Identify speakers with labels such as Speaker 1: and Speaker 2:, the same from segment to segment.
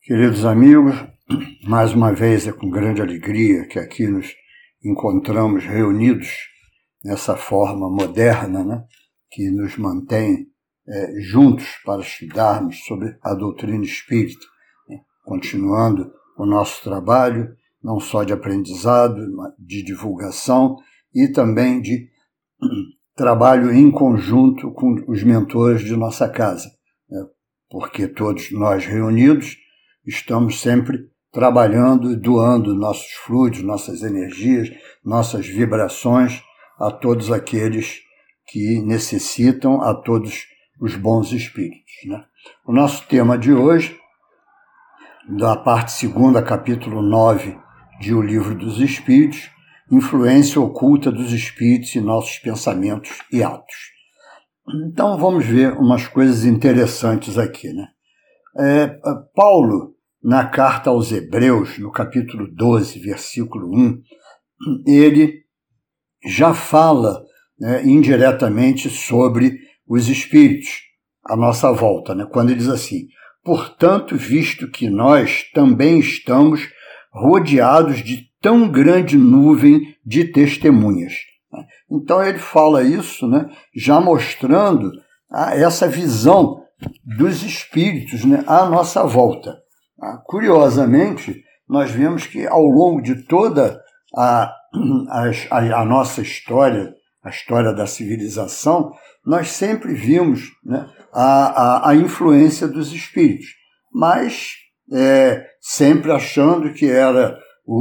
Speaker 1: Queridos amigos, mais uma vez é com grande alegria que aqui nos encontramos reunidos nessa forma moderna, né, que nos mantém juntos para estudarmos sobre a doutrina espírita, né, continuando o nosso trabalho, não só de aprendizado, de divulgação e também de trabalho em conjunto com os mentores de nossa casa, né, porque todos nós reunidos estamos sempre trabalhando e doando nossos fluidos, nossas energias, nossas vibrações a todos aqueles que necessitam, a todos os bons espíritos, né? O nosso tema de hoje, da parte 2ª, capítulo 9 de O Livro dos Espíritos, influência oculta dos espíritos em nossos pensamentos e atos. Então vamos ver umas coisas interessantes aqui, né? Paulo, na carta aos Hebreus, no capítulo 12, versículo 1, ele já fala, né, indiretamente sobre os espíritos à nossa volta, né, quando ele diz assim: portanto, visto que nós também estamos rodeados de tão grande nuvem de testemunhas. Então ele fala isso, né, já mostrando essa visão dos espíritos, né, à nossa volta. Curiosamente, nós vemos que ao longo de toda a nossa história, a história da civilização, nós sempre vimos, né, a influência dos espíritos, mas sempre achando que era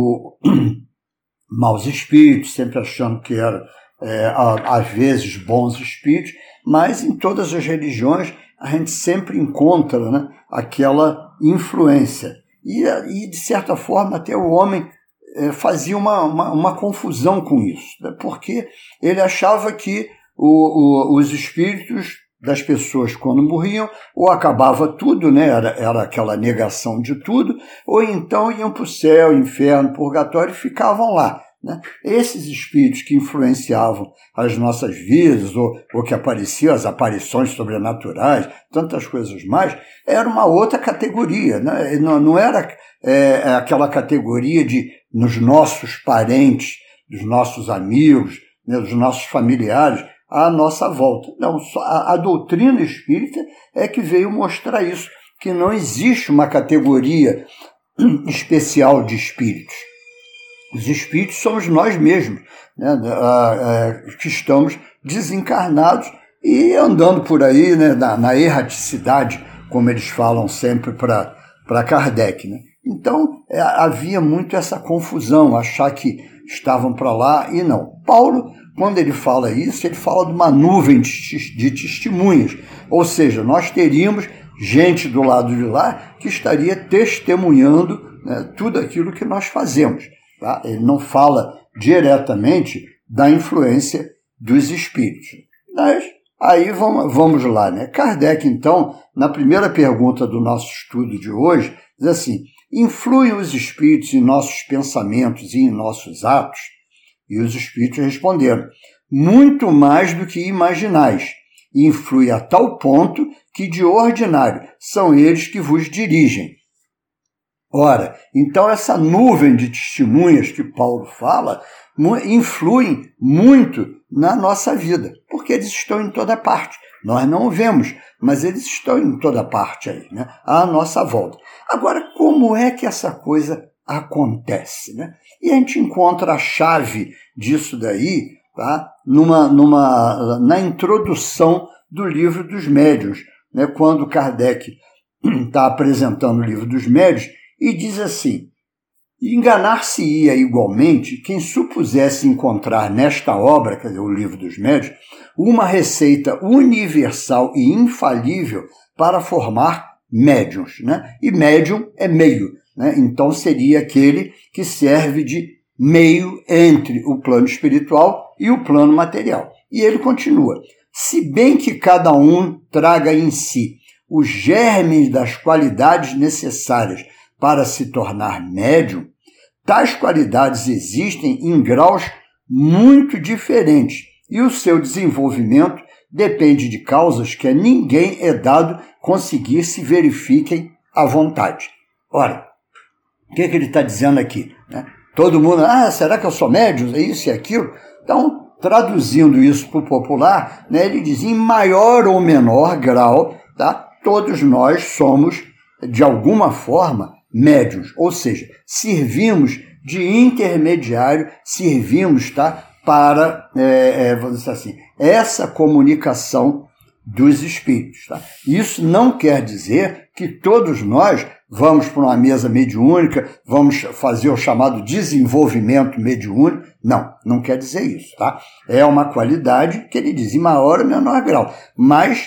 Speaker 1: maus espíritos, sempre achando que era, às vezes, bons espíritos, mas em todas as religiões a gente sempre encontra, né, aquela influência. E, de certa forma, até o homem fazia uma confusão com isso, né, porque ele achava que os espíritos das pessoas, quando morriam, ou acabava tudo, né, era aquela negação de tudo, ou então iam para o céu, inferno, purgatório e ficavam lá, né? Esses espíritos que influenciavam as nossas vidas, ou que apareciam, as aparições sobrenaturais, tantas coisas mais, era uma outra categoria, né? Não era aquela categoria nos nossos parentes, dos nossos amigos, né, dos nossos familiares, à nossa volta. Não, a doutrina espírita é que veio mostrar isso, que não existe uma categoria especial de espíritos. Os espíritos somos nós mesmos, né, que estamos desencarnados e andando por aí, né, na erraticidade, como eles falam sempre para Kardec, né? Então, havia muito essa confusão, achar que estavam para lá e não. Paulo, quando ele fala isso, ele fala de uma nuvem de testemunhas, ou seja, nós teríamos gente do lado de lá que estaria testemunhando, né, tudo aquilo que nós fazemos. Tá? Ele não fala diretamente da influência dos espíritos. Mas aí vamos lá, né? Kardec, então, na primeira pergunta do nosso estudo de hoje, diz assim: influem os espíritos em nossos pensamentos e em nossos atos? E os espíritos responderam: muito mais do que imaginais. E influi a tal ponto que, de ordinário, são eles que vos dirigem. Ora, então essa nuvem de testemunhas que Paulo fala influem muito na nossa vida, porque eles estão em toda parte. Nós não o vemos, mas eles estão em toda parte aí, né, à nossa volta. Agora, como é que essa coisa acontece, né? E a gente encontra a chave disso daí, tá, na introdução do Livro dos Médiuns, né, quando Kardec está apresentando o Livro dos Médiuns, e diz assim: enganar-se-ia igualmente quem supusesse encontrar nesta obra, quer dizer, o Livro dos Médiuns, uma receita universal e infalível para formar médiuns, né? E médium é meio, né? Então seria aquele que serve de meio entre o plano espiritual e o plano material. E ele continua: se bem que cada um traga em si os germes das qualidades necessárias para se tornar médium, tais qualidades existem em graus muito diferentes e o seu desenvolvimento depende de causas que a ninguém é dado conseguir se verifiquem à vontade. Ora, o que ele está dizendo aqui? Né? Todo mundo, será que eu sou médium? É isso e aquilo? Então, traduzindo isso para o popular, né, ele diz, em maior ou menor grau, tá, todos nós somos, de alguma forma, médiuns, ou seja, servimos de intermediário, servimos, tá, para, vamos dizer assim, essa comunicação dos espíritos. Tá? Isso não quer dizer que todos nós vamos para uma mesa mediúnica, vamos fazer o chamado desenvolvimento mediúnico. Não, não quer dizer isso. Tá? É uma qualidade que ele diz em maior ou menor grau, mas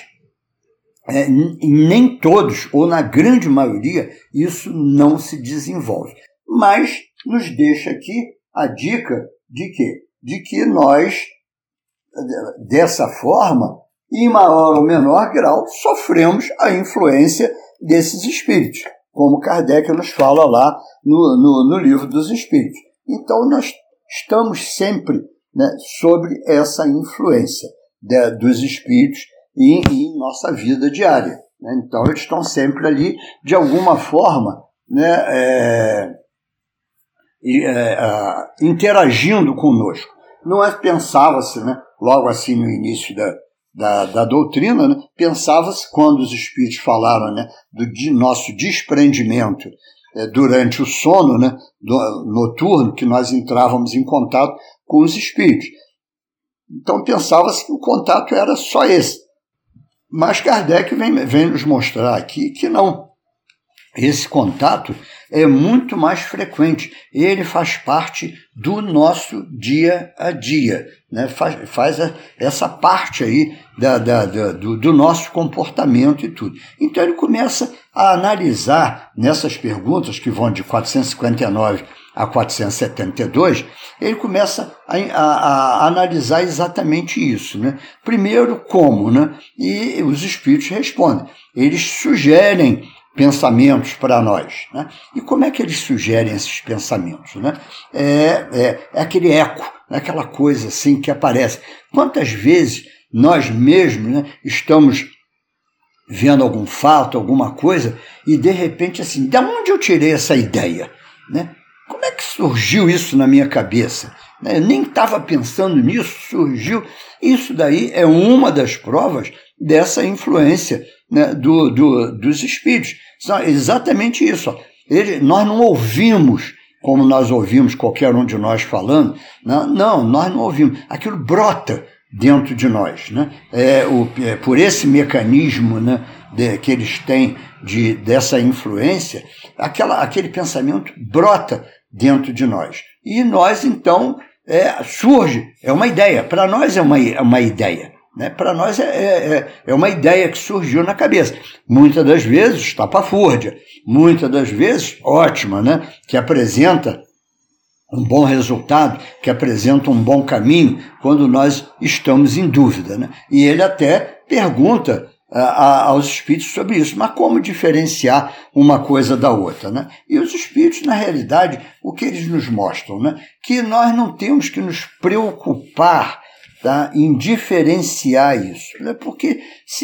Speaker 1: nem todos, ou na grande maioria, isso não se desenvolve. Mas nos deixa aqui a dica de quê? De que nós, dessa forma, em maior ou menor grau, sofremos a influência desses espíritos, como Kardec nos fala lá no Livro dos Espíritos. Então, nós estamos sempre, né, sobre essa influência dos espíritos em nossa vida diária. Né? Então, eles estão sempre ali, de alguma forma, né, interagindo conosco. Não pensava-se, né, logo assim no início da doutrina, né, pensava-se, quando os espíritos falaram, né, do nosso desprendimento durante o sono, né, noturno, que nós entrávamos em contato com os espíritos. Então pensava-se que o contato era só esse. Mas Kardec vem nos mostrar aqui que não. Esse contato é muito mais frequente. Ele faz parte do nosso dia a dia, né? Faz essa parte aí do nosso comportamento e tudo. Então ele começa a analisar nessas perguntas, que vão de 459 a 472, ele começa a analisar exatamente isso. Né? Primeiro, como? Né? E os espíritos respondem. Eles sugerem pensamentos para nós. Né? E como é que eles sugerem esses pensamentos? Né? É aquele eco, aquela coisa assim que aparece. Quantas vezes nós mesmos, né, estamos vendo algum fato, alguma coisa, e de repente assim, de onde eu tirei essa ideia? Né? Como é que surgiu isso na minha cabeça? Eu nem estava pensando nisso, surgiu. Isso daí é uma das provas dessa influência, né, dos espíritos. Exatamente isso. Ó. Nós não ouvimos como nós ouvimos qualquer um de nós falando. Não, nós não ouvimos. Aquilo brota dentro de nós. Né? Por esse mecanismo, né, que eles têm dessa influência, aquele pensamento brota dentro de nós. E nós, então, surge, é uma ideia. Para nós é uma ideia. Né? Para nós é uma ideia que surgiu na cabeça. Muitas das vezes estapafúrdia, muitas das vezes ótima, né? Que apresenta um bom resultado, que apresenta um bom caminho quando nós estamos em dúvida. Né? E ele até pergunta aos espíritos sobre isso. Mas como diferenciar uma coisa da outra? Né? E os espíritos, na realidade, o que eles nos mostram? Né? Que nós não temos que nos preocupar, tá, em diferenciar isso. Né? Porque,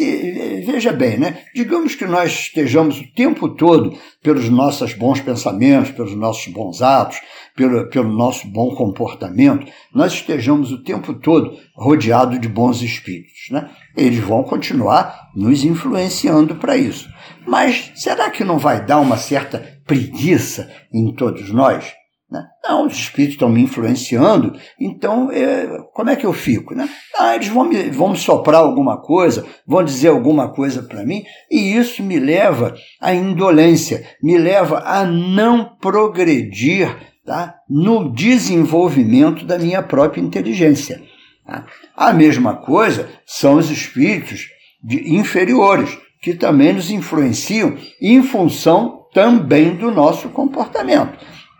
Speaker 1: veja bem, né? Digamos que nós estejamos o tempo todo, pelos nossos bons pensamentos, pelos nossos bons atos, pelo nosso bom comportamento, nós estejamos o tempo todo rodeados de bons espíritos. Né? Eles vão continuar nos influenciando para isso. Mas será que não vai dar uma certa preguiça em todos nós? Não, os espíritos estão me influenciando, então como é que eu fico? Né? Eles vão me soprar alguma coisa, vão dizer alguma coisa para mim, e isso me leva à indolência, me leva a não progredir, tá, no desenvolvimento da minha própria inteligência. Tá? A mesma coisa são os espíritos inferiores, que também nos influenciam em função também do nosso comportamento.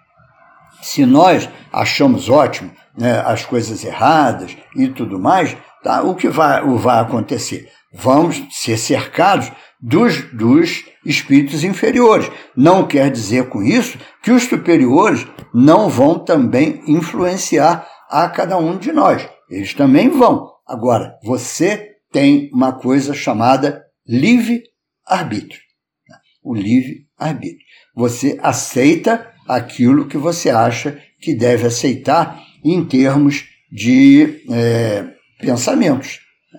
Speaker 1: Se nós achamos ótimo, né, as coisas erradas e tudo mais, tá, o que vai acontecer? Vamos ser cercados dos espíritos inferiores. Não quer dizer com isso que os superiores não vão também influenciar a cada um de nós. Eles também vão. Agora, você tem uma coisa chamada livre-arbítrio. O livre-arbítrio. livre-arbítrio. Você aceita aquilo que você acha que deve aceitar em termos de pensamentos.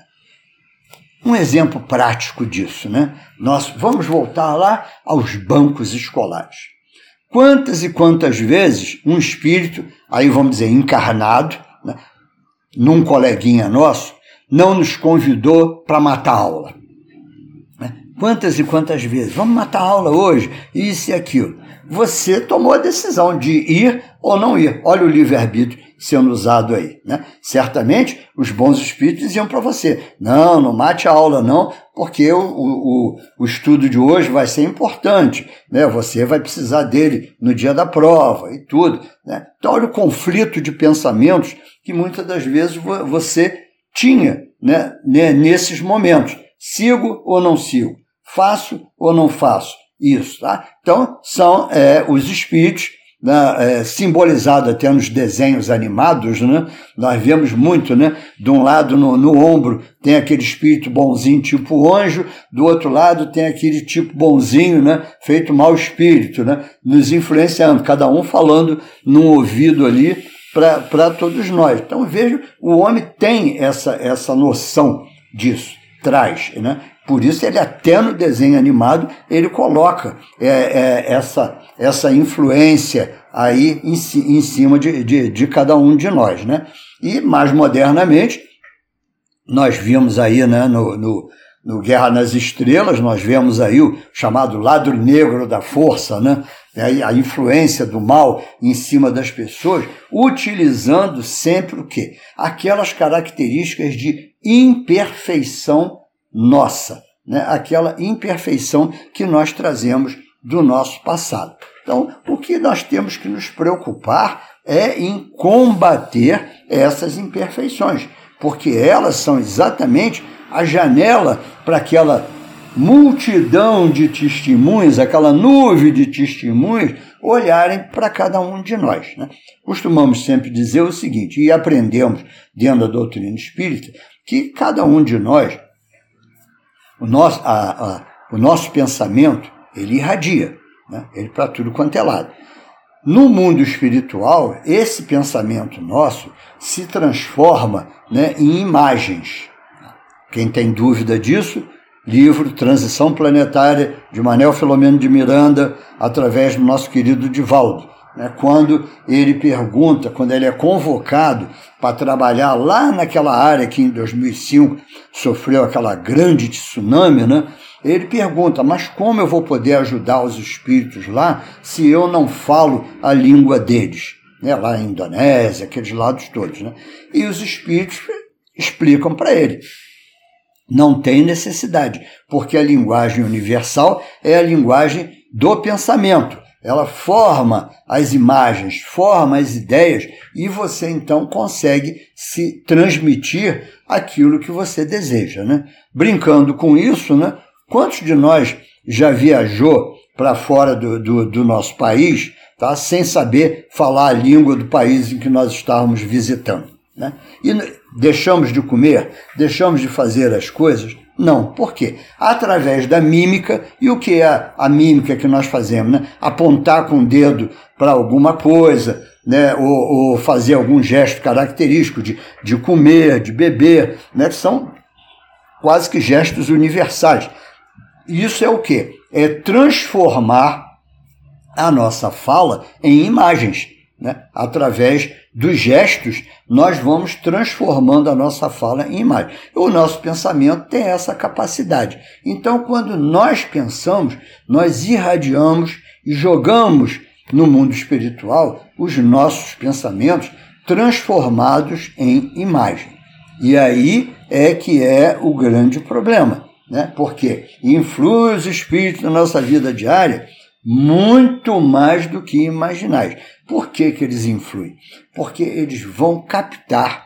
Speaker 1: Um exemplo prático disso, né? Nós vamos voltar lá aos bancos escolares. Quantas e quantas vezes um espírito, aí vamos dizer encarnado, né, num coleguinha nosso, não nos convidou para matar a aula? Né? Quantas e quantas vezes? Vamos matar a aula hoje, isso e aquilo. Você tomou a decisão de ir ou não ir. Olha o livre-arbítrio sendo usado aí, né? Certamente os bons espíritos diziam para você, não mate a aula não, porque o estudo de hoje vai ser importante, né? Você vai precisar dele no dia da prova e tudo, né? Então olha o conflito de pensamentos que muitas das vezes você tinha, né, nesses momentos. Sigo ou não sigo? Faço ou não faço? Isso, tá? Então são os espíritos, né, simbolizado até nos desenhos animados, né? Nós vemos muito, né? De um lado no ombro tem aquele espírito bonzinho tipo anjo, do outro lado tem aquele tipo bonzinho, né? Feito mau espírito, né? Nos influenciando, cada um falando num ouvido ali para todos nós. Então veja, o homem tem essa noção disso, traz, né? Por isso ele até no desenho animado ele coloca essa influência aí em cima de cada um de nós, né? E mais modernamente nós vimos aí, né, no Guerra nas Estrelas, nós vemos aí o chamado lado negro da força, né? A influência do mal em cima das pessoas, utilizando sempre o quê? Aquelas características de imperfeição nossa, né? Aquela imperfeição que nós trazemos do nosso passado. Então, o que nós temos que nos preocupar é em combater essas imperfeições, porque elas são exatamente a janela para aquela multidão de testemunhos, aquela nuvem de testemunhos, olharem para cada um de nós, né? Costumamos sempre dizer o seguinte, e aprendemos dentro da doutrina espírita, que cada um de nós, o nosso pensamento, ele irradia, né? Ele para tudo quanto é lado. No mundo espiritual, esse pensamento nosso se transforma, né, em imagens. Quem tem dúvida disso, livro Transição Planetária, de Manuel Filomeno de Miranda, através do nosso querido Divaldo, né? Quando ele pergunta, quando ele é convocado para trabalhar lá naquela área que em 2005 sofreu aquela grande tsunami, né? Ele pergunta, mas como eu vou poder ajudar os espíritos lá se eu não falo a língua deles? Né? Lá em Indonésia, aqueles lados todos, né? E os espíritos explicam para ele. Não tem necessidade, porque a linguagem universal é a linguagem do pensamento. Ela forma as imagens, forma as ideias e você então consegue se transmitir aquilo que você deseja, né? Brincando com isso, né? Quantos de nós já viajou para fora do nosso país, tá? Sem saber falar a língua do país em que nós estávamos visitando, né? E deixamos de comer, deixamos de fazer as coisas? Não. Por quê? Através da mímica. E o que é a mímica que nós fazemos, né? Apontar com o dedo para alguma coisa, né? Ou fazer algum gesto característico de comer, de beber, né? Que são quase que gestos universais. Isso é o quê? É transformar a nossa fala em imagens, né? Através dos gestos, nós vamos transformando a nossa fala em imagem. O nosso pensamento tem essa capacidade. Então, quando nós pensamos, nós irradiamos e jogamos no mundo espiritual os nossos pensamentos transformados em imagem. E aí é que é o grande problema, né? Porque influi os espíritos na nossa vida diária muito mais do que imaginais. Por que eles influem? Porque eles vão captar,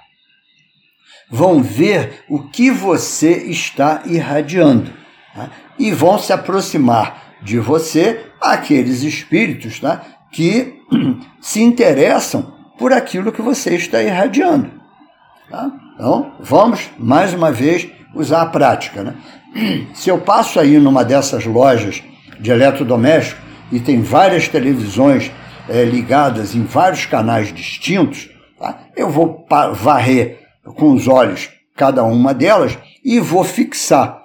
Speaker 1: vão ver o que você está irradiando, tá? E vão se aproximar de você aqueles espíritos, tá? Que se interessam por aquilo que você está irradiando, tá? Então, vamos, mais uma vez, usar a prática, né? Se eu passo aí numa dessas lojas de eletrodoméstico, e tem várias televisões ligadas em vários canais distintos, tá? Eu vou varrer com os olhos cada uma delas e vou fixar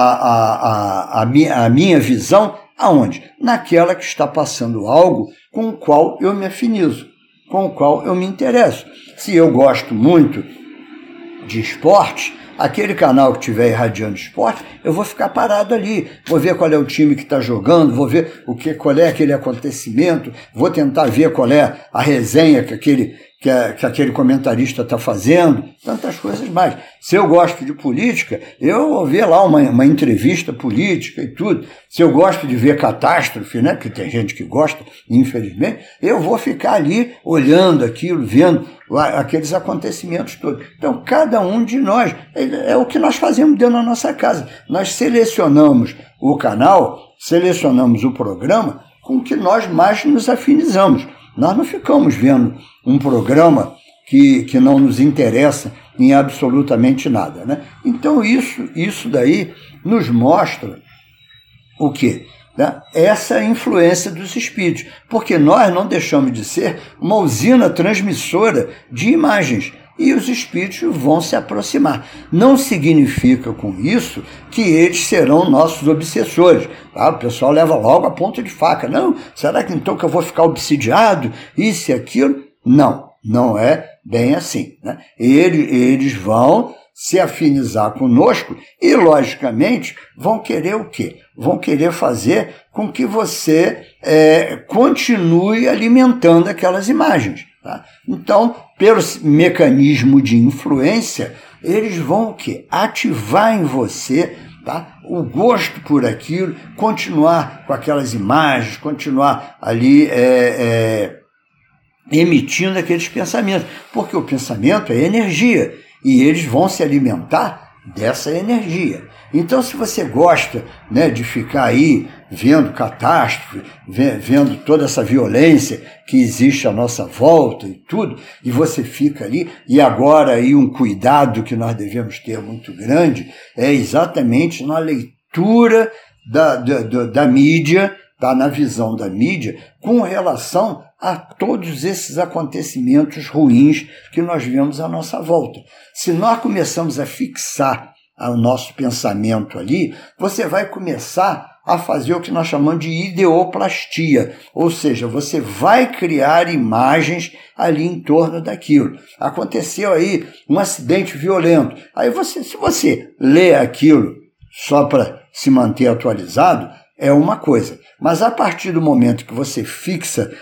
Speaker 1: a minha visão aonde? Naquela que está passando algo com o qual eu me afinizo, com o qual eu me interesso. Se eu gosto muito de esporte, aquele canal que estiver irradiando esporte, eu vou ficar parado ali, vou ver qual é o time que está jogando, vou ver qual é aquele acontecimento, vou tentar ver qual é a resenha que aquele comentarista está fazendo, tantas coisas mais. Se eu gosto de política, eu vou ver lá uma entrevista política e tudo. Se eu gosto de ver catástrofe, né, que tem gente que gosta, infelizmente, eu vou ficar ali olhando aquilo, vendo aqueles acontecimentos todos. Então, cada um de nós, é o que nós fazemos dentro da nossa casa. Nós selecionamos o canal, selecionamos o programa com o que nós mais nos afinizamos. Nós não ficamos vendo um programa que não nos interessa em absolutamente nada, né? Então, isso daí nos mostra o quê? Né? Essa influência dos espíritos, porque nós não deixamos de ser uma usina transmissora de imagens, e os espíritos vão se aproximar. Não significa com isso que eles serão nossos obsessores. Tá? O pessoal leva logo a ponta de faca. Não, será que então que eu vou ficar obsidiado? Isso e aquilo? Não é bem assim. Né? Eles vão se afinizar conosco e, logicamente, vão querer o quê? Vão querer fazer com que você continue alimentando aquelas imagens. Tá? Então, pelo mecanismo de influência, eles vão o quê? Ativar em você, tá, o gosto por aquilo, continuar com aquelas imagens, continuar ali emitindo aqueles pensamentos, porque o pensamento é energia e eles vão se alimentar dessa energia. Então, se você gosta, né, de ficar aí vendo catástrofe, vendo toda essa violência que existe à nossa volta e tudo, e você fica ali, e agora aí um cuidado que nós devemos ter muito grande é exatamente na leitura da mídia, tá, na visão da mídia, com relação a todos esses acontecimentos ruins que nós vemos à nossa volta. Se nós começamos a fixar o nosso pensamento ali, você vai começar a fazer o que nós chamamos de ideoplastia, ou seja, você vai criar imagens ali em torno daquilo. Aconteceu aí um acidente violento. Aí se você lê aquilo só para se manter atualizado, é uma coisa. Mas a partir do momento que você fixa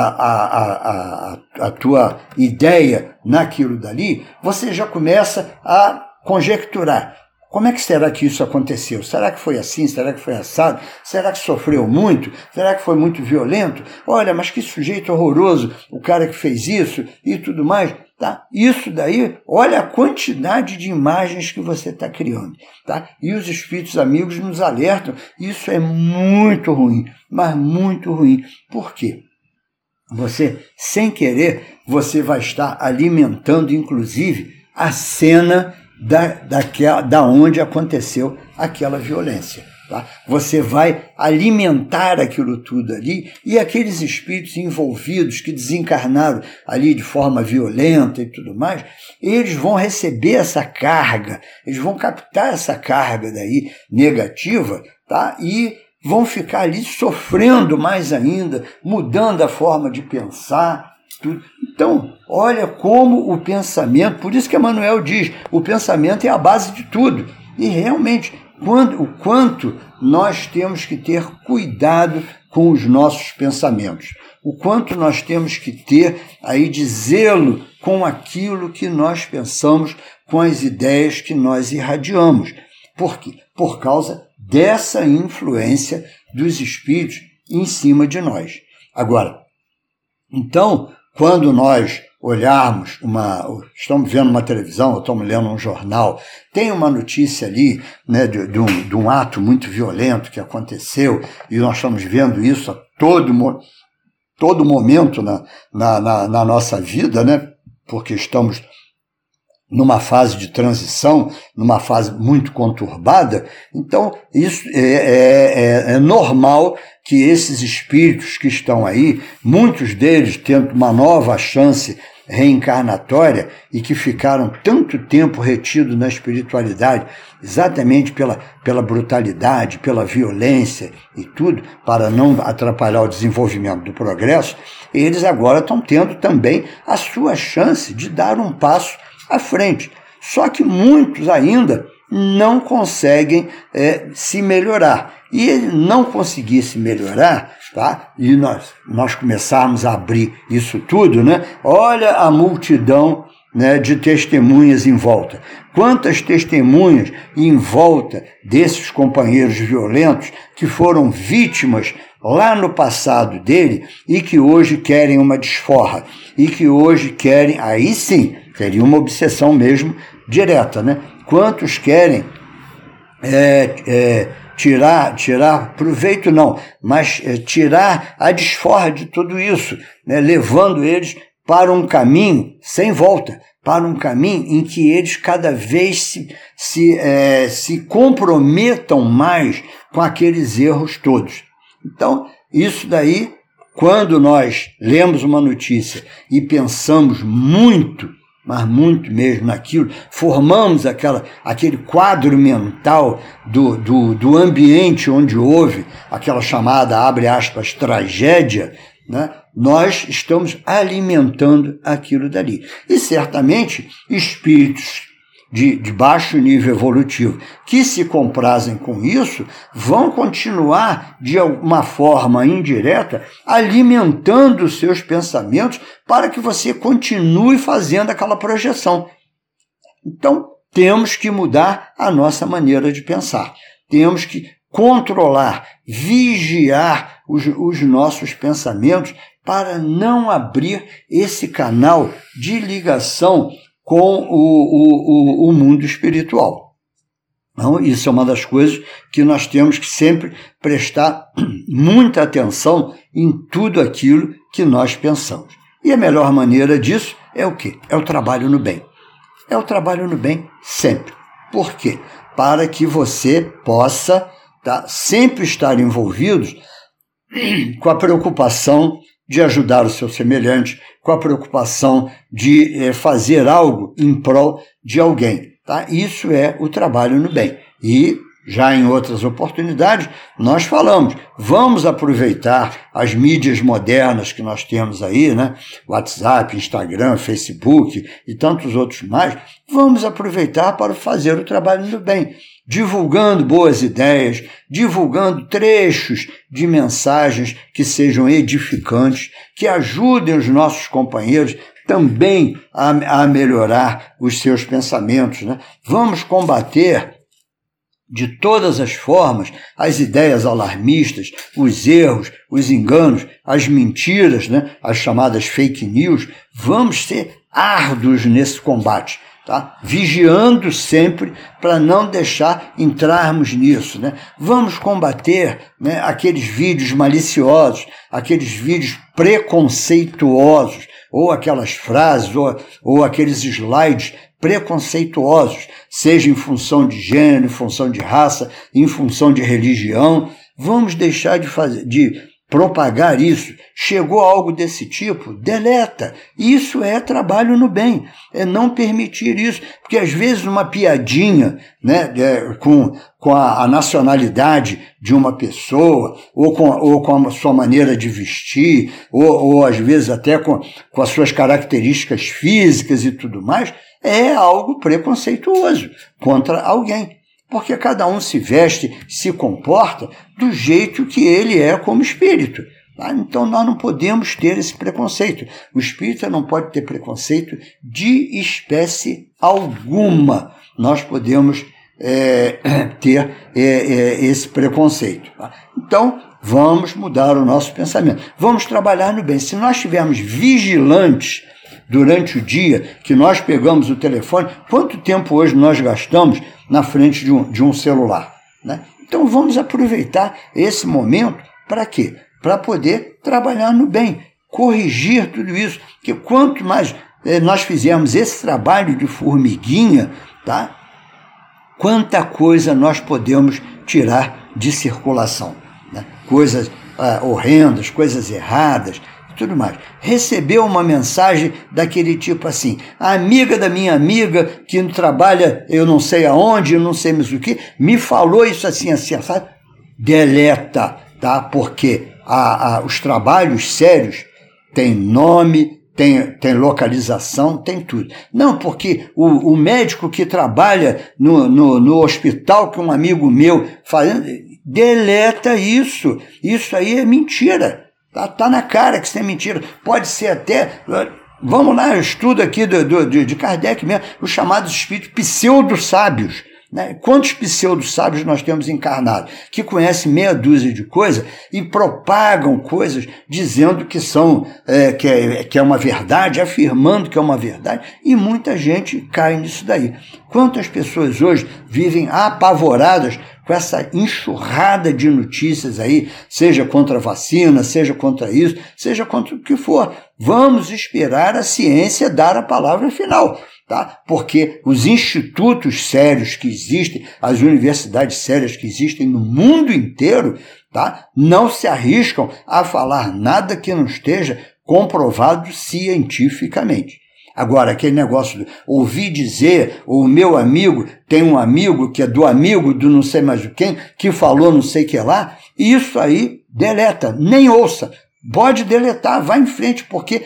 Speaker 1: a tua ideia naquilo dali, você já começa a conjecturar. Como é que será que isso aconteceu? Será que foi assim? Será que foi assado? Será que sofreu muito? Será que foi muito violento? Olha, mas que sujeito horroroso, o cara que fez isso e tudo mais. Tá? Isso daí, olha a quantidade de imagens que você está criando. Tá? E os espíritos amigos nos alertam, isso é muito ruim, mas muito ruim. Por quê? Você, sem querer, você vai estar alimentando, inclusive, a cena da onde aconteceu aquela violência. Tá? Você vai alimentar aquilo tudo ali, e aqueles espíritos envolvidos que desencarnaram ali de forma violenta e tudo mais, eles vão receber essa carga, eles vão captar essa carga daí negativa, tá? E vão ficar ali sofrendo mais ainda, mudando a forma de pensar. Tudo. Então, olha como o pensamento, por isso que Emmanuel diz, o pensamento é a base de tudo. E realmente, o quanto nós temos que ter cuidado com os nossos pensamentos, o quanto nós temos que ter aí de zelo com aquilo que nós pensamos, com as ideias que nós irradiamos. Por quê? Por causa dessa influência dos espíritos em cima de nós. Agora, então, quando nós olharmos, estamos vendo uma televisão, ou estamos lendo um jornal, tem uma notícia ali, né, de um ato muito violento que aconteceu, e nós estamos vendo isso a todo momento na nossa vida, né, porque estamos numa fase de transição, numa fase muito conturbada. Então, isso é normal que esses espíritos que estão aí, muitos deles tendo uma nova chance reencarnatória e que ficaram tanto tempo retidos na espiritualidade, exatamente pela brutalidade, pela violência e tudo, para não atrapalhar o desenvolvimento do progresso, eles agora estão tendo também a sua chance de dar um passo à frente. Só que muitos ainda não conseguem se melhorar. E ele não conseguir se melhorar, tá? E nós começarmos a abrir isso tudo, né? Olha a multidão, né, de testemunhas em volta. Quantas testemunhas em volta desses companheiros violentos que foram vítimas lá no passado dele e que hoje querem uma desforra, e que hoje querem, aí sim, teria uma obsessão mesmo direta, né? Quantos querem tirar proveito não, mas tirar a desforra de tudo isso, né? Levando eles para um caminho sem volta, para um caminho em que eles cada vez se comprometam mais com aqueles erros todos. Então, isso daí, quando nós lemos uma notícia e pensamos muito, mas muito mesmo naquilo, formamos aquele quadro mental do ambiente onde houve aquela chamada, abre aspas, tragédia, né? Nós estamos alimentando aquilo dali. E certamente espíritos de baixo nível evolutivo que se comprazem com isso vão continuar, de alguma forma indireta, alimentando os seus pensamentos para que você continue fazendo aquela projeção. Então, temos que mudar a nossa maneira de pensar. Temos que controlar, vigiar os nossos pensamentos para não abrir esse canal de ligação com o mundo espiritual. Então, isso é uma das coisas que nós temos que sempre prestar muita atenção em tudo aquilo que nós pensamos. E a melhor maneira disso é o quê? É o trabalho no bem. É o trabalho no bem sempre. Por quê? Para que você possa sempre estar envolvido com a preocupação de ajudar o seu semelhante, com a preocupação de fazer algo em prol de alguém. Tá? Isso é o trabalho no bem. E, já em outras oportunidades, nós falamos, vamos aproveitar as mídias modernas que nós temos aí, né? WhatsApp, Instagram, Facebook e tantos outros mais, vamos aproveitar para fazer o trabalho no bem, divulgando boas ideias, divulgando trechos de mensagens que sejam edificantes, que ajudem os nossos companheiros também a melhorar os seus pensamentos, né? Vamos combater de todas as formas as ideias alarmistas, os erros, os enganos, as mentiras, né? As chamadas fake news. Vamos ser árduos nesse combate. Tá? Vigiando sempre para não deixar entrarmos nisso, né? Vamos combater, né, aqueles vídeos maliciosos, aqueles vídeos preconceituosos, ou aquelas frases, ou aqueles slides preconceituosos, seja em função de gênero, em função de raça, em função de religião. Vamos deixar de propagar isso. Chegou algo desse tipo, deleta. Isso é trabalho no bem, é não permitir isso, porque às vezes uma piadinha, né, com a nacionalidade de uma pessoa, ou com a sua maneira de vestir, ou às vezes até com as suas características físicas e tudo mais, é algo preconceituoso contra alguém. Porque cada um se veste, se comporta do jeito que ele é como espírito. Tá? Então nós não podemos ter esse preconceito. O espírita não pode ter preconceito de espécie alguma. Nós podemos ter esse preconceito. Tá? Então vamos mudar o nosso pensamento. Vamos trabalhar no bem. Se nós estivermos vigilantes durante o dia, que nós pegamos o telefone, quanto tempo hoje nós gastamos na frente de um celular, né? Então vamos aproveitar esse momento para quê? Para poder trabalhar no bem, corrigir tudo isso, porque quanto mais nós fizermos esse trabalho de formiguinha, tá? Quanta coisa nós podemos tirar de circulação, né? Coisas horrendas, coisas erradas, tudo mais. Recebeu uma mensagem daquele tipo assim, a amiga da minha amiga, que trabalha eu não sei aonde, eu não sei mais o que, me falou isso assim, sabe? Deleta, tá? Porque os trabalhos sérios têm nome, tem localização, tem tudo. Não, porque o médico que trabalha no hospital, que um amigo meu fazendo, deleta isso. Isso aí é mentira. Tá na cara que isso é mentira. Pode ser até... Vamos lá, estudo aqui de Kardec mesmo, os chamados espíritos pseudo-sábios. Né? Quantos pseudo-sábios nós temos encarnados, que conhecem meia dúzia de coisas e propagam coisas dizendo que que é uma verdade, afirmando que é uma verdade, e muita gente cai nisso daí. Quantas pessoas hoje vivem apavoradas com essa enxurrada de notícias aí, seja contra a vacina, seja contra isso, seja contra o que for. Vamos esperar a ciência dar a palavra final. Tá? Porque os institutos sérios que existem, as universidades sérias que existem no mundo inteiro, tá? Não se arriscam a falar nada que não esteja comprovado cientificamente. Agora, aquele negócio de ouvir dizer, o meu amigo, tem um amigo que é do amigo do não sei mais o quem, que falou não sei o que lá, isso aí deleta, nem ouça. Pode deletar, vai em frente, porque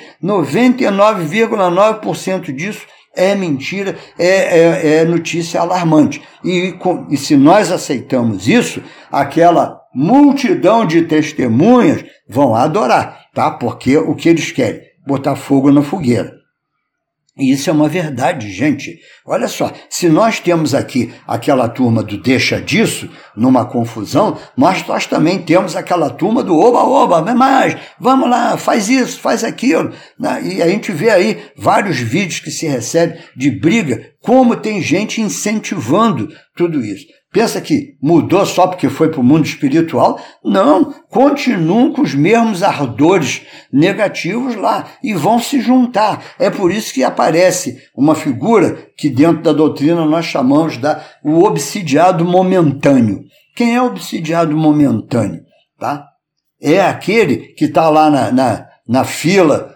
Speaker 1: 99,9% disso é mentira, é notícia alarmante. E se nós aceitamos isso, aquela multidão de testemunhas vão adorar, tá? Porque o que eles querem? Botar fogo na fogueira. E isso é uma verdade, gente. Olha só, se nós temos aqui aquela turma do deixa disso, numa confusão, mas nós também temos aquela turma do oba, mais, vamos lá, faz isso, faz aquilo. E a gente vê aí vários vídeos que se recebem de briga, como tem gente incentivando tudo isso. Pensa que mudou só porque foi para o mundo espiritual? Não, continuam com os mesmos ardores negativos lá e vão se juntar. É por isso que aparece uma figura que dentro da doutrina nós chamamos o obsidiado momentâneo. Quem é o obsidiado momentâneo? Tá? É aquele que está lá na fila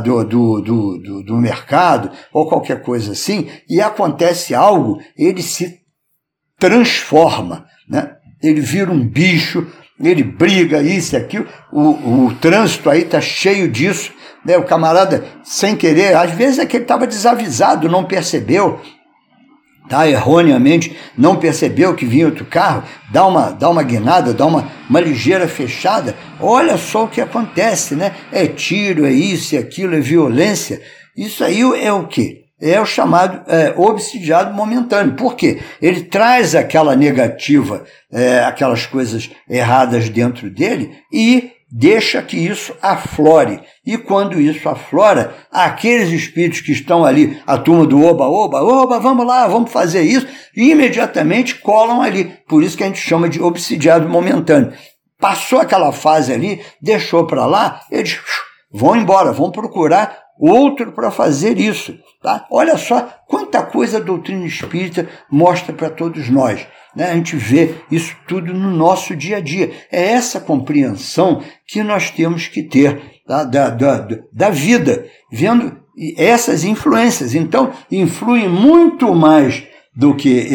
Speaker 1: do mercado ou qualquer coisa assim e acontece algo, ele se transforma, né? Ele vira um bicho, ele briga, isso e aquilo, o trânsito aí está cheio disso, né? O camarada, sem querer, às vezes é que ele estava desavisado, não percebeu, tá? Erroneamente, não percebeu que vinha outro carro, dá uma guinada, dá uma ligeira fechada, olha só o que acontece, né? É tiro, é isso e aquilo, é violência, isso aí é o quê? É o chamado obsidiado momentâneo. Por quê? Ele traz aquela negativa, aquelas coisas erradas dentro dele e deixa que isso aflore. E quando isso aflora, aqueles espíritos que estão ali, a turma do oba, vamos lá, vamos fazer isso, imediatamente colam ali. Por isso que a gente chama de obsidiado momentâneo. Passou aquela fase ali, deixou para lá, eles vão embora, vão procurar outro para fazer isso. Tá? Olha só quanta coisa a doutrina espírita mostra para todos nós. Né? A gente vê isso tudo no nosso dia a dia. É essa compreensão que nós temos que ter, tá? da vida, vendo essas influências. Então, influem muito mais do que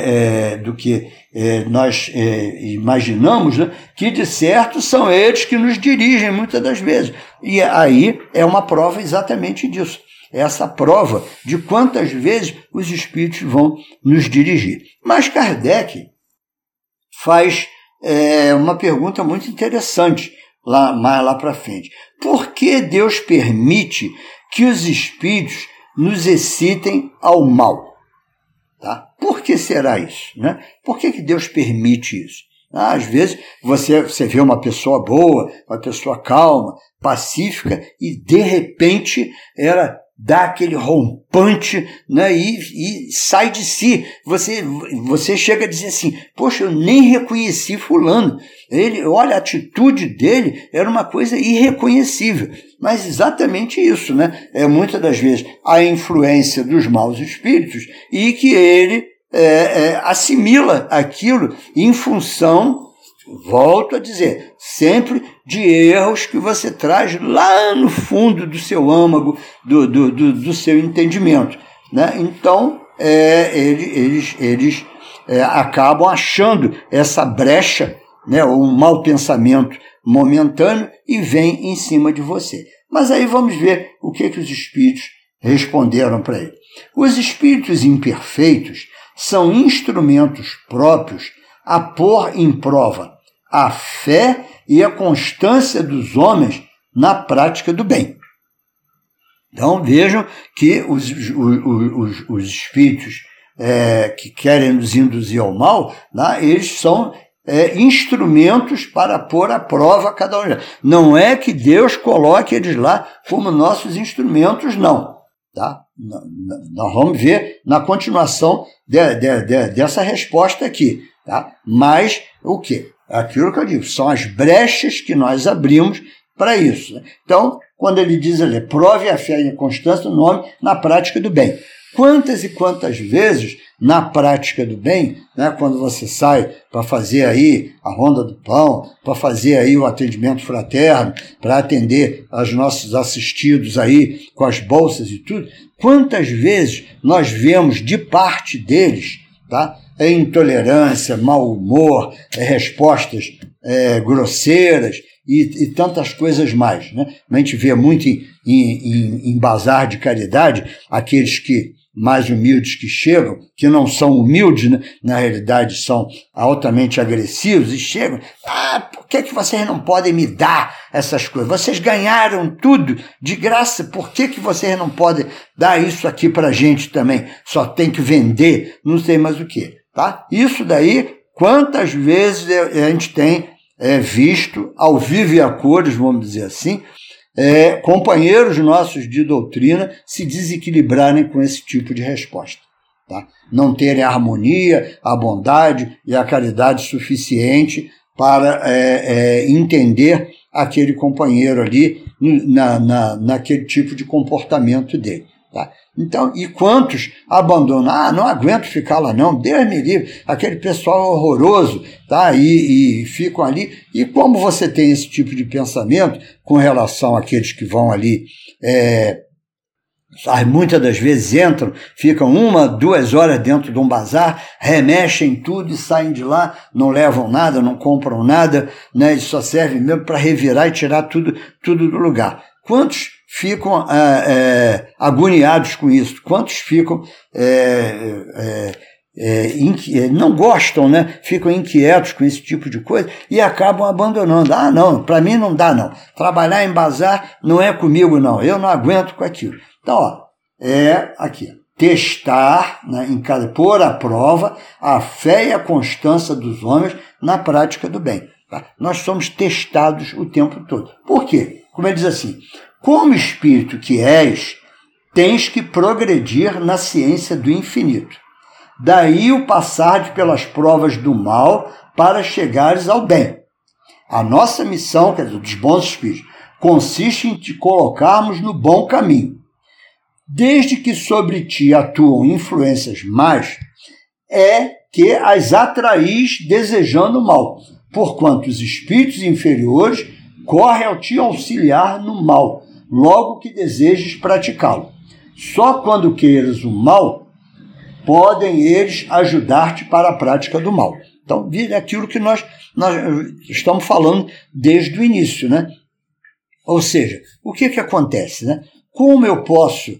Speaker 1: nós imaginamos, né? Que de certo são eles que nos dirigem muitas das vezes. E aí é uma prova exatamente disso. Essa prova de quantas vezes os espíritos vão nos dirigir. Mas Kardec faz uma pergunta muito interessante mais lá para frente. Por que Deus permite que os espíritos nos excitem ao mal? Tá? Por que será isso? Né? Por que Deus permite isso? Às vezes você vê uma pessoa boa, uma pessoa calma, pacífica, e de repente ela dá aquele rompante, né, e sai de si. Você chega a dizer assim, poxa, eu nem reconheci fulano. Olha, a atitude dele era uma coisa irreconhecível. Mas exatamente isso, né? Muitas das vezes a influência dos maus espíritos e que ele assimila aquilo em função, volto a dizer, sempre de erros que você traz lá no fundo do seu âmago, do seu entendimento, né? Então, eles acabam achando essa brecha, né, ou um mau pensamento momentâneo e vem em cima de você. Mas aí vamos ver o que os espíritos responderam para ele. Os espíritos imperfeitos são instrumentos próprios a pôr em prova a fé e a constância dos homens na prática do bem. Então vejam que os espíritos que querem nos induzir ao mal, né, eles são instrumentos para pôr à prova cada um. Não é que Deus coloque eles lá como nossos instrumentos, não. Tá? Nós vamos ver na continuação dessa resposta aqui. Tá? Mas o quê? Aquilo que eu digo, são as brechas que nós abrimos para isso. Né? Então, quando ele diz ali, prove a fé e a constância do nome na prática do bem. Quantas e quantas vezes, na prática do bem, né, quando você sai para fazer aí a ronda do pão, para fazer aí o atendimento fraterno, para atender aos nossos assistidos aí com as bolsas e tudo, quantas vezes nós vemos de parte deles, tá, intolerância, mau humor, respostas grosseiras e tantas coisas mais, né? A gente vê muito em bazar de caridade aqueles que mais humildes que chegam, que não são humildes, né? Na realidade são altamente agressivos e chegam, por que vocês não podem me dar essas coisas? Vocês ganharam tudo de graça, por que vocês não podem dar isso aqui para a gente também? Só tem que vender, não sei mais o quê. Tá? Isso daí, quantas vezes a gente tem visto ao vivo e a cores, vamos dizer assim, companheiros nossos de doutrina se desequilibrarem com esse tipo de resposta. Tá? Não terem a harmonia, a bondade e a caridade suficiente para entender aquele companheiro ali naquele tipo de comportamento dele. Tá? Então, e quantos abandonam? Não aguento ficar lá não, Deus me livre, aquele pessoal horroroso, tá? E ficam ali. E como você tem esse tipo de pensamento com relação àqueles que vão ali, muitas das vezes entram, ficam 1, 2 horas dentro de um bazar, remexem tudo e saem de lá, não levam nada, não compram nada, né? Isso só serve mesmo para revirar e tirar tudo do lugar. Quantos ficam agoniados com isso? Quantos ficam não gostam, né? Ficam inquietos com esse tipo de coisa e acabam abandonando. Não, para mim não dá não. Trabalhar em bazar não é comigo não. Eu não aguento com aquilo. Então, aqui. Testar, né, pôr à prova a fé e a constância dos homens na prática do bem. Tá? Nós somos testados o tempo todo. Por quê? Como ele diz assim, como espírito que és, tens que progredir na ciência do infinito. Daí o passar pelas provas do mal para chegares ao bem. A nossa missão, quer dizer, dos bons espíritos, consiste em te colocarmos no bom caminho. Desde que sobre ti atuam influências más, é que as atraís desejando o mal, porquanto os espíritos inferiores correm ao te auxiliar no mal, logo que desejes praticá-lo. Só quando queiras o mal, podem eles ajudar-te para a prática do mal. Então, é aquilo que nós estamos falando desde o início, né? Ou seja, o que acontece, né? Como eu posso,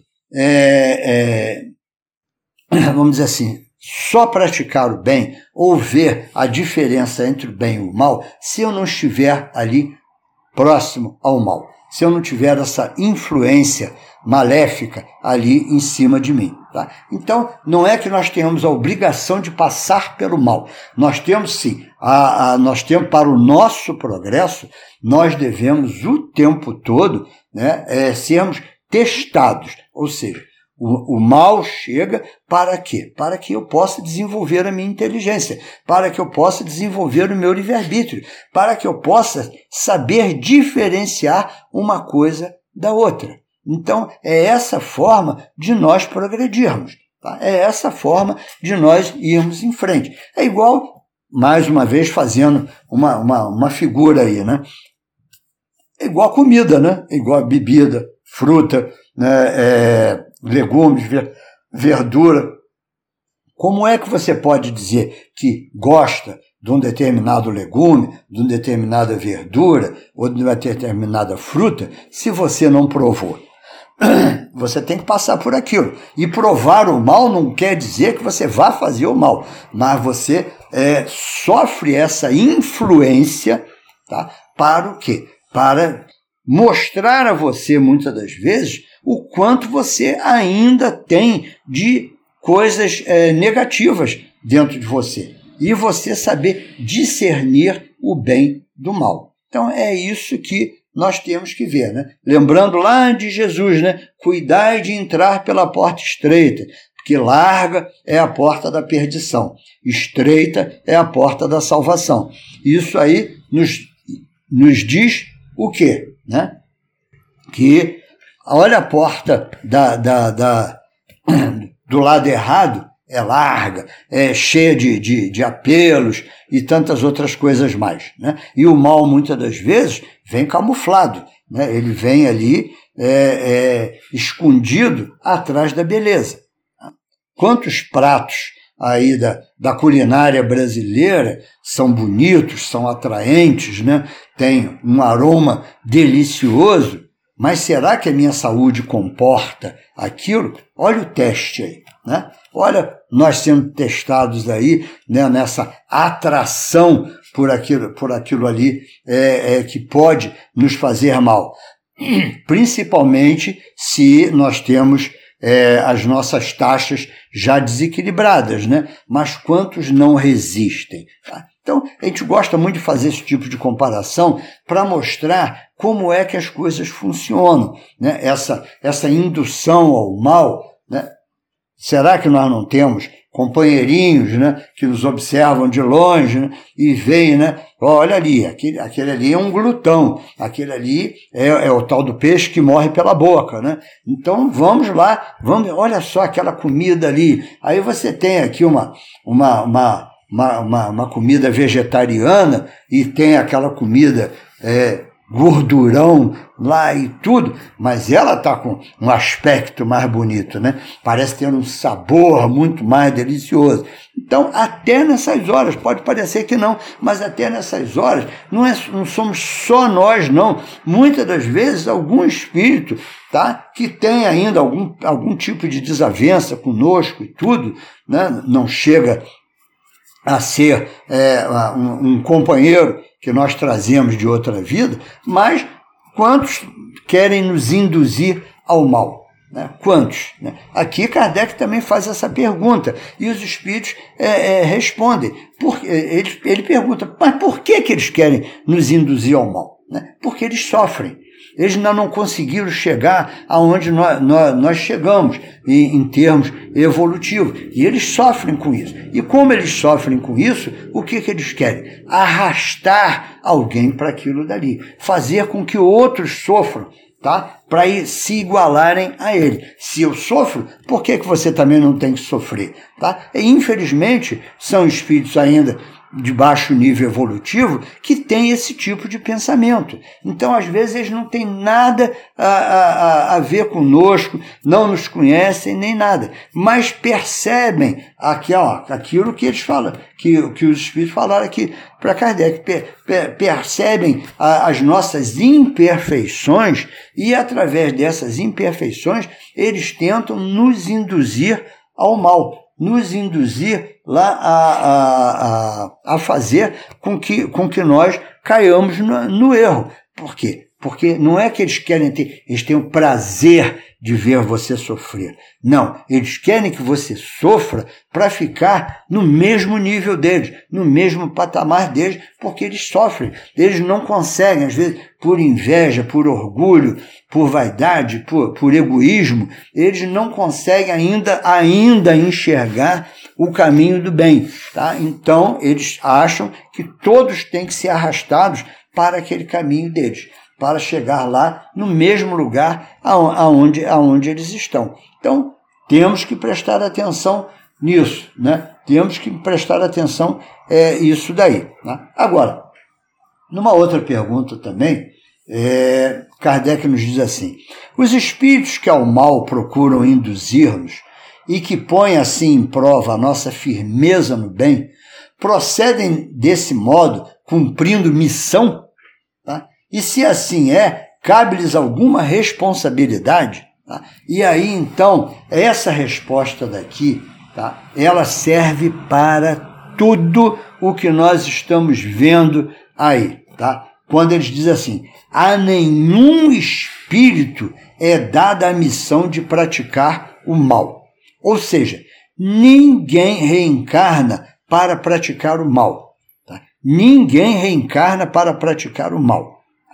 Speaker 1: vamos dizer assim, só praticar o bem ou ver a diferença entre o bem e o mal se eu não estiver ali próximo ao mal, se eu não tiver essa influência maléfica ali em cima de mim. Tá? Então, não é que nós tenhamos a obrigação de passar pelo mal. Nós temos sim, nós temos para o nosso progresso, nós devemos o tempo todo, né, sermos testados, ou seja, o mal chega para quê? Para que eu possa desenvolver a minha inteligência, para que eu possa desenvolver o meu livre-arbítrio, para que eu possa saber diferenciar uma coisa da outra. Então, é essa forma de nós progredirmos, tá? É essa forma de nós irmos em frente. É igual, mais uma vez, fazendo uma figura aí, né? É igual a comida, né? É igual a bebida, fruta, né? Legumes, verdura. Como é que você pode dizer que gosta de um determinado legume, de uma determinada verdura ou de uma determinada fruta, se você não provou? Você tem que passar por aquilo. E provar o mal não quer dizer que você vá fazer o mal, mas você sofre essa influência, tá? Para o quê? Para mostrar a você, muitas das vezes, o quanto você ainda tem de coisas negativas dentro de você. E você saber discernir o bem do mal. Então, é isso que nós temos que ver, né? Lembrando lá de Jesus, né? Cuidai de entrar pela porta estreita, porque larga é a porta da perdição, estreita é a porta da salvação. Isso aí nos diz o quê? Né? Que, olha, a porta do lado errado é larga, é cheia de apelos e tantas outras coisas mais, né? E o mal, muitas das vezes, vem camuflado, né? Ele vem ali escondido atrás da beleza. Quantos pratos aí da culinária brasileira são bonitos, são atraentes, né? Tem um aroma delicioso, mas será que a minha saúde comporta aquilo? Olha o teste aí, né? Olha, nós sendo testados aí, né, nessa atração por aquilo ali que pode nos fazer mal. Principalmente se nós temos as nossas taxas já desequilibradas, né? Mas quantos não resistem? Tá? Então, a gente gosta muito de fazer esse tipo de comparação para mostrar como é que as coisas funcionam, né? Essa indução ao mal, né? Será que nós não temos companheirinhos, né, que nos observam de longe, né, e veem, né, olha ali, aquele ali é um glutão, aquele ali é o tal do peixe que morre pela boca, né? Então vamos lá, olha só aquela comida ali. Aí você tem aqui uma comida vegetariana e tem aquela comida gordurão lá e tudo, mas ela está com um aspecto mais bonito, né? Parece ter um sabor muito mais delicioso. Então, até nessas horas, pode parecer que não, mas até nessas horas, não somos só nós, não. Muitas das vezes, algum espírito, tá, que tem ainda algum tipo de desavença conosco e tudo, né? Não chega a ser um companheiro que nós trazemos de outra vida, mas quantos querem nos induzir ao mal? Né? Quantos? Né? Aqui Kardec também faz essa pergunta, e os espíritos respondem. Ele pergunta, mas por que eles querem nos induzir ao mal? Né? Porque eles sofrem. Eles ainda não conseguiram chegar aonde nós chegamos em termos evolutivos. E eles sofrem com isso. E como eles sofrem com isso, o que eles querem? Arrastar alguém para aquilo dali. Fazer com que outros sofram, tá? Para se igualarem a ele. Se eu sofro, por que você também não tem que sofrer? Tá? E, infelizmente, são espíritos ainda de baixo nível evolutivo que tem esse tipo de pensamento. Então, às vezes, eles não têm nada a ver conosco, não nos conhecem nem nada, mas percebem aquilo que eles falam, que os espíritos falaram aqui para Kardec, percebem as nossas imperfeições e, através dessas imperfeições, eles tentam nos induzir ao mal, nos induzir lá a fazer com que nós caiamos no erro. Por quê? Porque não é que eles querem ter, eles têm o prazer de ver você sofrer. Não, eles querem que você sofra para ficar no mesmo nível deles, no mesmo patamar deles, porque eles sofrem. Eles não conseguem, às vezes, por inveja, por orgulho, por vaidade, por egoísmo, eles não conseguem ainda enxergar o caminho do bem. Tá? Então, eles acham que todos têm que ser arrastados para aquele caminho deles, para chegar lá no mesmo lugar aonde eles estão. Então, temos que prestar atenção nisso, né? Temos que prestar atenção isso daí. Né? Agora, numa outra pergunta também, Kardec nos diz assim: os espíritos que ao mal procuram induzir-nos e que põem assim em prova a nossa firmeza no bem, procedem desse modo cumprindo missão? Tá? E se assim cabe-lhes alguma responsabilidade? Tá? E aí, então, essa resposta daqui, tá? Ela serve para tudo o que nós estamos vendo aí. Tá? Quando eles dizem assim: a nenhum espírito é dada a missão de praticar o mal. Ou seja, ninguém reencarna para praticar o mal. Tá? Ninguém reencarna para praticar o mal.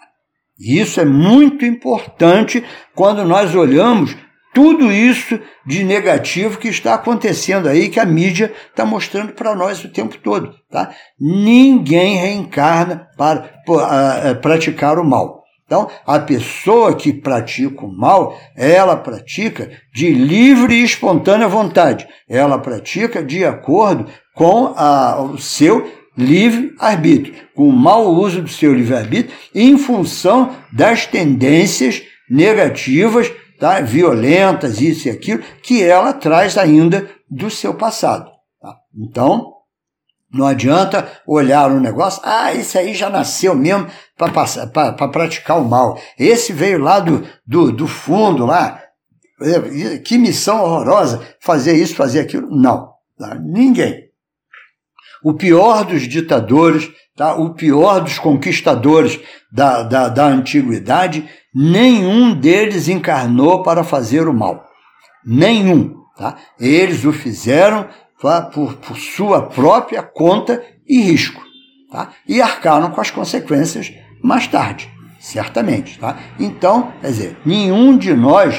Speaker 1: Isso é muito importante quando nós olhamos tudo isso de negativo que está acontecendo aí, que a mídia está mostrando para nós o tempo todo. Tá? Ninguém reencarna para praticar o mal. Então, a pessoa que pratica o mal, ela pratica de livre e espontânea vontade. Ela pratica de acordo com o seu livre-arbítrio, com o mau uso do seu livre-arbítrio, em função das tendências negativas, tá? Violentas, isso e aquilo, que ela traz ainda do seu passado. Tá? Então, não adianta olhar um negócio, esse aí já nasceu mesmo para praticar o mal. Esse veio lá do fundo, lá. Que missão horrorosa, fazer isso, fazer aquilo. Não, tá? Ninguém. O pior dos ditadores, tá? O pior dos conquistadores da antiguidade, nenhum deles encarnou para fazer o mal. Nenhum. Tá? Eles o fizeram por sua própria conta e risco. Tá? E arcaram com as consequências mais tarde, certamente. Tá? Então, quer dizer, nenhum de nós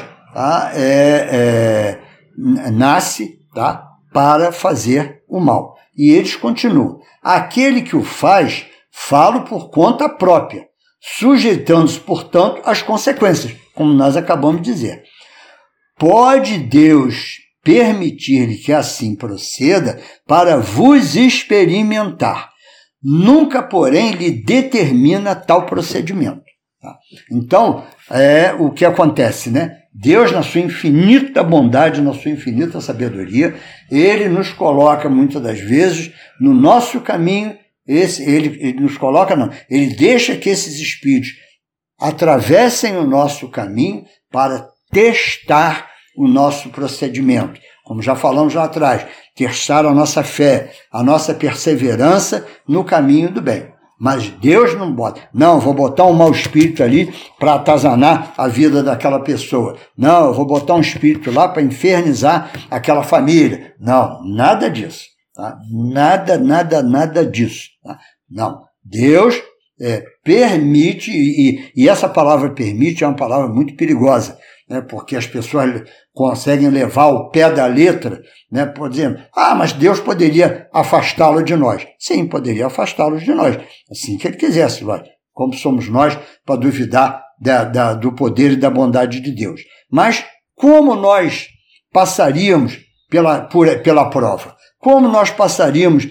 Speaker 1: nasce, tá, para fazer o mal. E eles continuam: aquele que o faz, fala por conta própria, sujeitando-se, portanto, às consequências, como nós acabamos de dizer. Pode Deus permitir-lhe que assim proceda para vos experimentar. Nunca, porém, lhe determina tal procedimento. Tá? Então, o que acontece, né? Deus, na sua infinita bondade, na sua infinita sabedoria, ele nos coloca, muitas das vezes, no nosso caminho. Ele nos coloca, não, ele deixa que esses espíritos atravessem o nosso caminho para testar o nosso procedimento. Como já falamos lá atrás, testar a nossa fé, a nossa perseverança no caminho do bem. Mas Deus não bota. Não, vou botar um mau espírito ali para atazanar a vida daquela pessoa. Não, eu vou botar um espírito lá para infernizar aquela família. Não, nada disso. Tá? Nada disso. Tá? Não, Deus permite, e essa palavra permite é uma palavra muito perigosa, né? Porque as pessoas conseguem levar ao pé da letra, né? Por exemplo, mas Deus poderia afastá-lo de nós. Sim, poderia afastá-lo de nós, assim que ele quisesse. Como somos nós para duvidar do poder e da bondade de Deus? Mas como nós passaríamos pela prova? Como nós passaríamos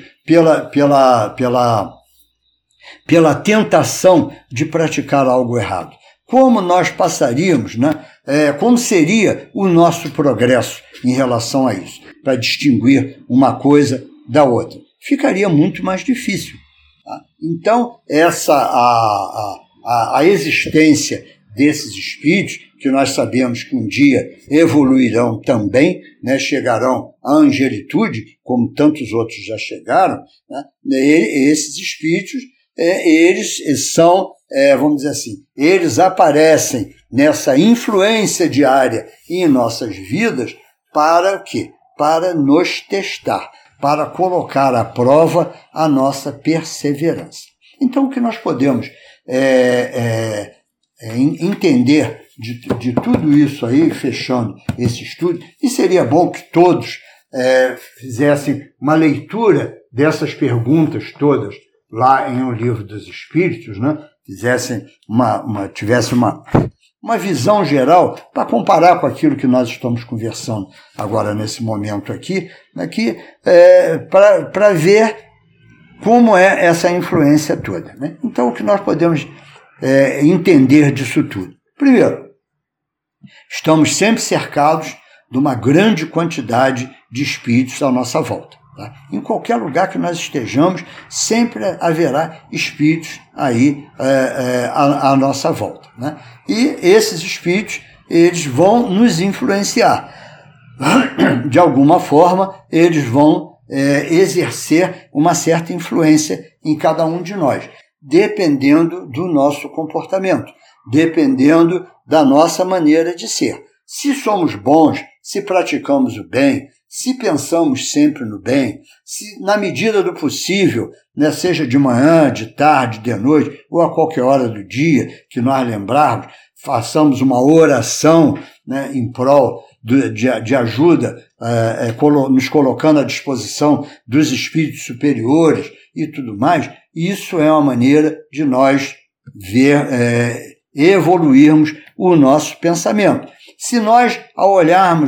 Speaker 1: pela tentação de praticar algo errado? Como nós passaríamos, né? Como seria o nosso progresso em relação a isso, para distinguir uma coisa da outra? Ficaria muito mais difícil. Tá? Então, a existência desses espíritos, que nós sabemos que um dia evoluirão também, né? Chegarão à angelitude, como tantos outros já chegaram, né? Esses espíritos, eles são vamos dizer assim, eles aparecem nessa influência diária em nossas vidas para o quê? Para nos testar, para colocar à prova a nossa perseverança. Então, o que nós podemos entender de tudo isso aí, fechando esse estudo, e seria bom que todos fizessem uma leitura dessas perguntas todas lá em O Livro dos Espíritos, né? Tivessem uma visão geral para comparar com aquilo que nós estamos conversando agora nesse momento aqui, para ver como é essa influência toda, né? Então, o que nós podemos entender disso tudo? Primeiro, estamos sempre cercados de uma grande quantidade de espíritos à nossa volta. Tá? Em qualquer lugar que nós estejamos, sempre haverá espíritos aí à nossa volta, né? E esses espíritos, eles vão nos influenciar. De alguma forma, eles vão exercer uma certa influência em cada um de nós, dependendo do nosso comportamento, dependendo da nossa maneira de ser. Se somos bons, se praticamos o bem, se pensamos sempre no bem, se na medida do possível, né, seja de manhã, de tarde, de noite, ou a qualquer hora do dia que nós lembrarmos, façamos uma oração, né, em prol de ajuda, nos colocando à disposição dos espíritos superiores e tudo mais, isso é uma maneira de nós evoluirmos o nosso pensamento. Se nós, ao olharmos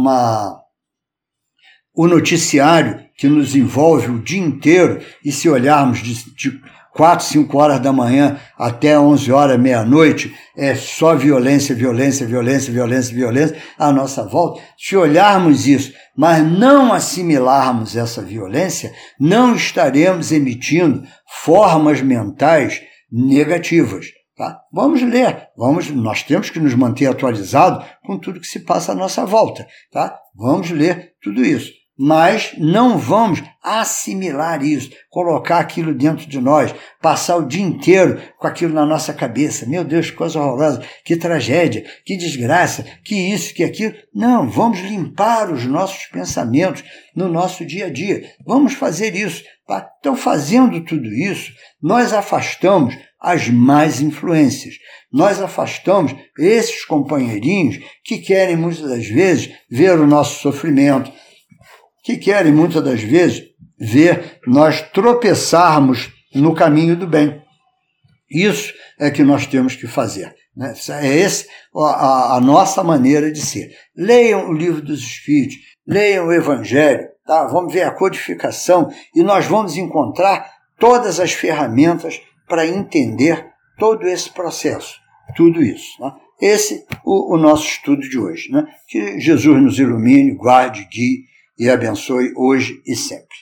Speaker 1: o noticiário que nos envolve o dia inteiro, e se olharmos de 4, 5 horas da manhã até 11 horas, meia-noite, é só violência, violência, violência, violência, violência à nossa volta, se olharmos isso, mas não assimilarmos essa violência, não estaremos emitindo formas mentais negativas. Tá? Vamos ler, nós temos que nos manter atualizados com tudo que se passa à nossa volta. Tá? Vamos ler tudo isso. Mas não vamos assimilar isso, colocar aquilo dentro de nós, passar o dia inteiro com aquilo na nossa cabeça. Meu Deus, que coisa horrorosa, que tragédia, que desgraça, que isso, que aquilo. Não, vamos limpar os nossos pensamentos no nosso dia a dia. Vamos fazer isso. Tá? Então, fazendo tudo isso, nós afastamos as más influências. Nós afastamos esses companheirinhos que querem muitas das vezes ver o nosso sofrimento, que querem muitas das vezes ver nós tropeçarmos no caminho do bem. Isso é que nós temos que fazer, né? É essa a nossa maneira de ser. Leiam o Livro dos Espíritos, leiam o Evangelho, tá? Vamos ver a codificação e nós vamos encontrar todas as ferramentas para entender todo esse processo, tudo isso. Né? Esse o nosso estudo de hoje. Né? Que Jesus nos ilumine, guarde, guie e abençoe hoje e sempre.